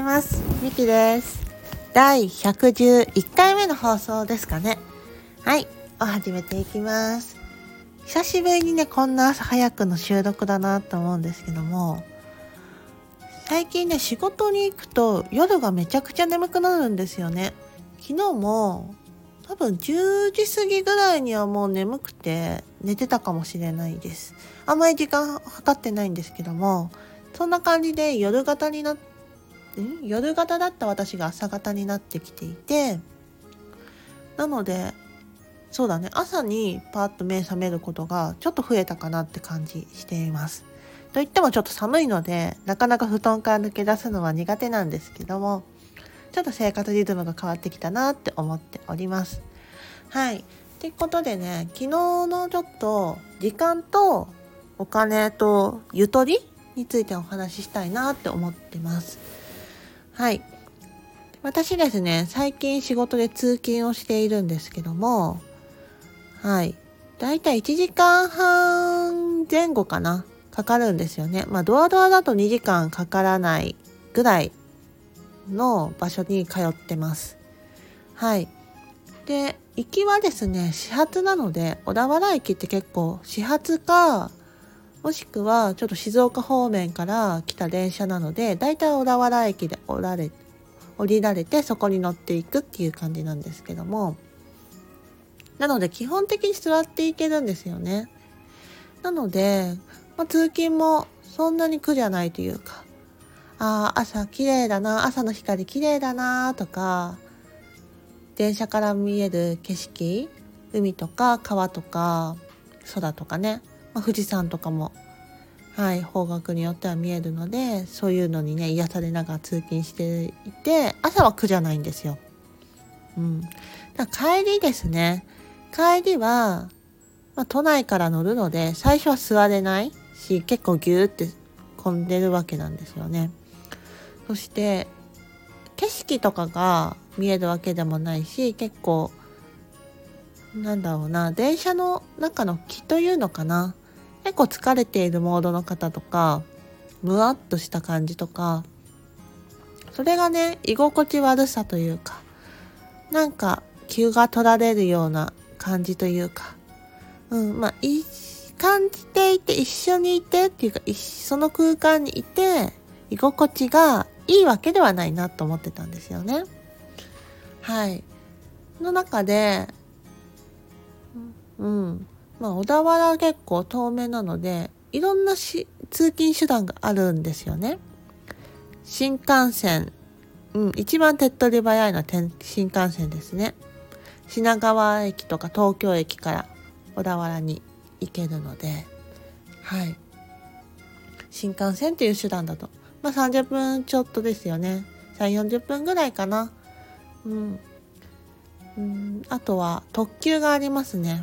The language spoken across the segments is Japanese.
ます。みきです。第111回目の放送ですかね。はい、始めていきます。久しぶりにね、こんな朝早くの収録だなと思うんですけども、最近ね、仕事に行くと夜がめちゃくちゃ眠くなるんですよね。昨日も多分10時過ぎぐらいにはもう眠くて寝てたかもしれないです。あんまり時間計ってないんですけども、そんな感じで夜型だった私が朝型になってきていて、なのでそうだね、朝にパーッと目覚めることがちょっと増えたかなって感じしています。といってもちょっと寒いので、なかなか布団から抜け出すのは苦手なんですけども、ちょっと生活リズムが変わってきたなって思っております。はい。ということでね、昨日のちょっと時間とお金とゆとりについてお話ししたいなって思ってます。はい。私ですね、最近仕事で通勤をしているんですけども、はい。だいたい1時間半前後かかるんですよね。ドアドアだと2時間かからないぐらいの場所に通ってます。はい。で、行きはですね、始発なので、小田原駅って結構始発か、もしくはちょっと静岡方面から来た電車なので、だいたい小田原駅で降りられてそこに乗っていくっていう感じなんですけども、なので基本的に座っていけるんですよね。なので、通勤もそんなに苦じゃないというか、朝綺麗だな、朝の光綺麗だなとか、電車から見える景色、海とか川とか空とかね、富士山とかも方角によっては見えるので、そういうのにね癒されながら通勤していて、朝は苦じゃないんですよ。だから帰りですね。帰りは、都内から乗るので最初は座れないし、結構ギューって混んでるわけなんですよね。そして景色とかが見えるわけでもないし、結構電車の中の気というのかな、結構疲れているモードの方とか、むわっとした感じとか、それがね居心地悪さというか、気が取られるような感じというか、感じていて、一緒にいてっていうか、その空間にいて居心地がいいわけではないなと思ってたんですよね。はい。の中で、小田原は結構遠めなので、いろんな通勤手段があるんですよね。新幹線、一番手っ取り早いのは新幹線ですね。品川駅とか東京駅から小田原に行けるので、新幹線という手段だと、30分ちょっとですよね。3、40分ぐらいかな。あとは特急がありますね。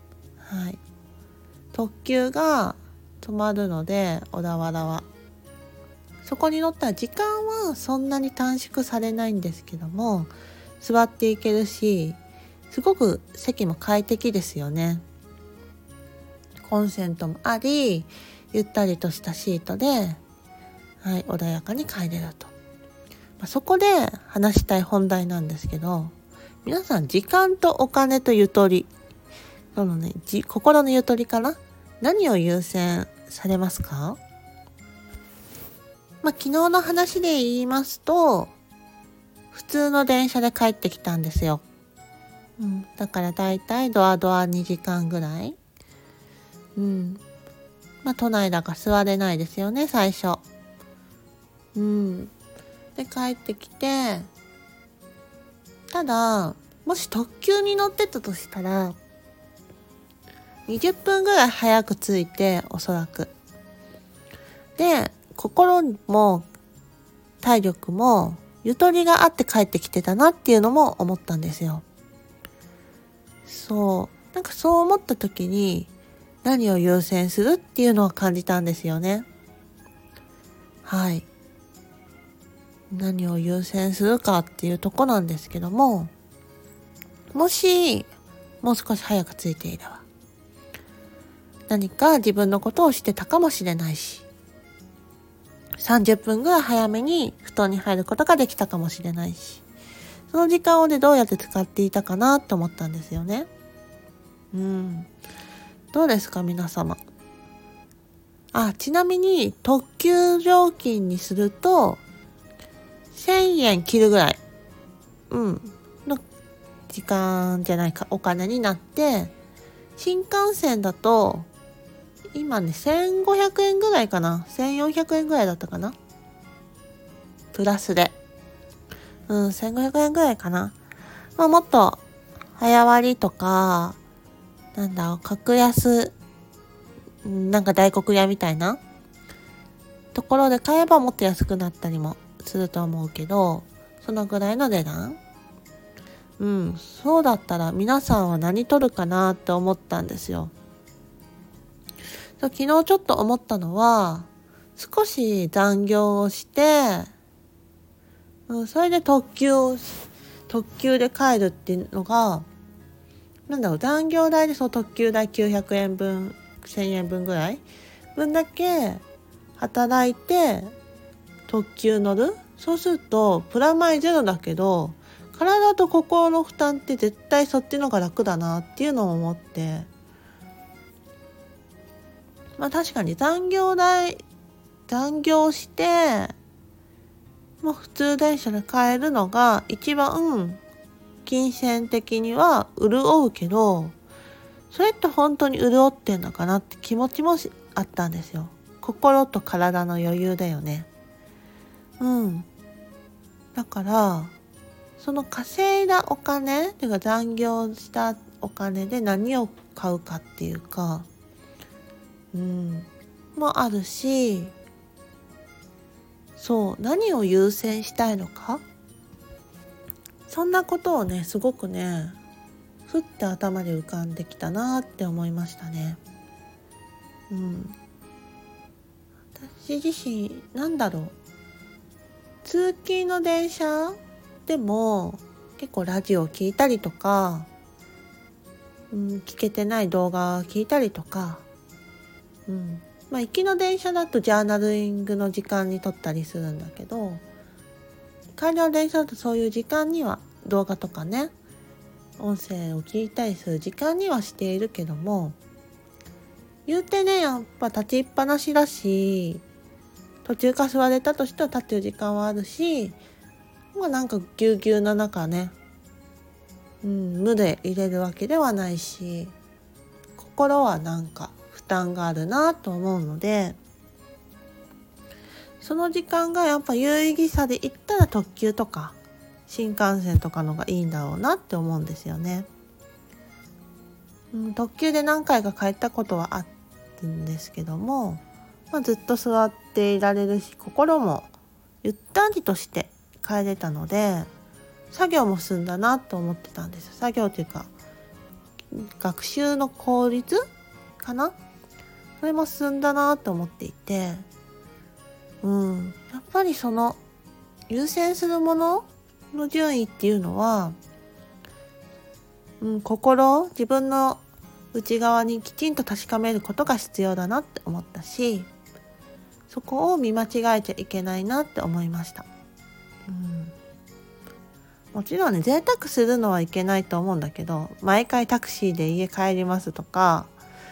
特急が止まるので、小田原はそこに乗ったら時間はそんなに短縮されないんですけども、座っていけるし、すごく席も快適ですよね。コンセントもあり、ゆったりとしたシートで、穏やかに帰れると。そこで話したい本題なんですけど、皆さん時間とお金とゆとり、心のゆとりかな？何を優先されますか？昨日の話で言いますと、普通の電車で帰ってきたんですよ。だからだいたいドアドア2時間ぐらい。都内だから座れないですよね、最初。で、帰ってきて、ただ、もし特急に乗ってたとしたら、20分ぐらい早く着いて、おそらく。で、心も体力もゆとりがあって帰ってきてたなっていうのも思ったんですよ。そう思った時に何を優先するっていうのを感じたんですよね。何を優先するかっていうとこなんですけども、もしもう少し早く着いていれば何か自分のことをしてたかもしれないし、 30分ぐらい早めに布団に入ることができたかもしれないし、その時間をどうやって使っていたかなと思ったんですよね。どうですか皆様。ちなみに特急料金にすると1000円切るぐらいの時間じゃないか、お金になって、新幹線だと今ね1500円ぐらいかな、1400円ぐらいだったかな、プラスで1500円ぐらいかな。もっと早割とか格安大黒屋みたいなところで買えばもっと安くなったりもすると思うけど、そのぐらいの値段。そうだったら皆さんは何取るかなって思ったんですよ。昨日ちょっと思ったのは、少し残業をして、それで特急で帰るっていうのが、残業代で特急代900円分、1000円分ぐらい分だけ働いて特急乗る。そうするとプラマイゼロだけど、体と心の負担って絶対そっちのが楽だなっていうのを思って、確かに残業して普通電車で帰るのが一番金銭的には潤うけど、それって本当に潤ってんのかなって気持ちもあったんですよ。心と体の余裕だよね。だからその稼いだお金っていうか、残業したお金で何を買うかっていうかもあるし、何を優先したいのか、そんなことをねすごくねふって頭で浮かんできたなって思いましたね。私自身通勤の電車でも結構ラジオ聞いたりとか、聞けてない動画聞いたりとか、行きの電車だとジャーナリングの時間に撮ったりするんだけど、帰りの電車だとそういう時間には動画とかね、音声を聞いたりする時間にはしているけども、言うてねやっぱ立ちっぱなしだし、途中から座れたとしては立ってる時間はあるし、ぎゅうぎゅうな中ね、無で入れるわけではないし、心は負担があるなと思うので、その時間がやっぱ有意義さで言ったら特急とか新幹線とかのがいいんだろうなって思うんですよね。特急で何回か帰ったことはあるんですけども、ずっと座っていられるし、心もゆったりとして帰れたので、作業も進んだなと思ってたんです。作業というか学習の効率かな、それも進んだなと思っていて、やっぱりその優先するものの順位っていうのは、自分の内側にきちんと確かめることが必要だなって思ったし、そこを見間違えちゃいけないなって思いました。もちろんね、贅沢するのはいけないと思うんだけど、毎回タクシーで家帰りますとか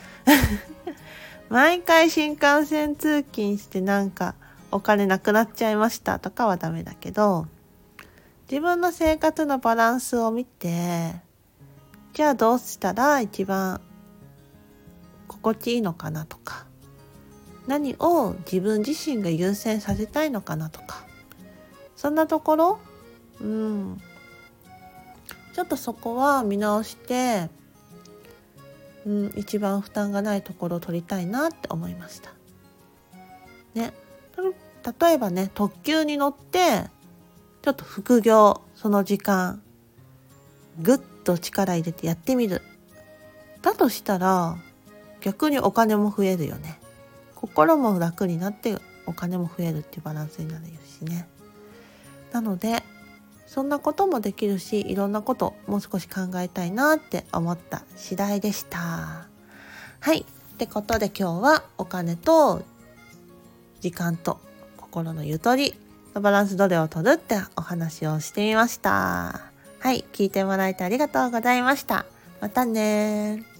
毎回新幹線通勤してお金なくなっちゃいましたとかはダメだけど、自分の生活のバランスを見て、じゃあどうしたら一番心地いいのかなとか、何を自分自身が優先させたいのかなとか、そんなところちょっとそこは見直して、一番負担がないところを取りたいなって思いましたね。例えばね、特急に乗ってちょっと副業、その時間ぐっと力入れてやってみる、だとしたら逆にお金も増えるよね。心も楽になってお金も増えるっていうバランスになるしね。なのでそんなこともできるし、いろんなこともう少し考えたいなって思った次第でした。はい。ってことで今日はお金と時間と心のゆとりのバランスどれを取るってお話をしてみました。はい、聞いてもらえてありがとうございました。またね。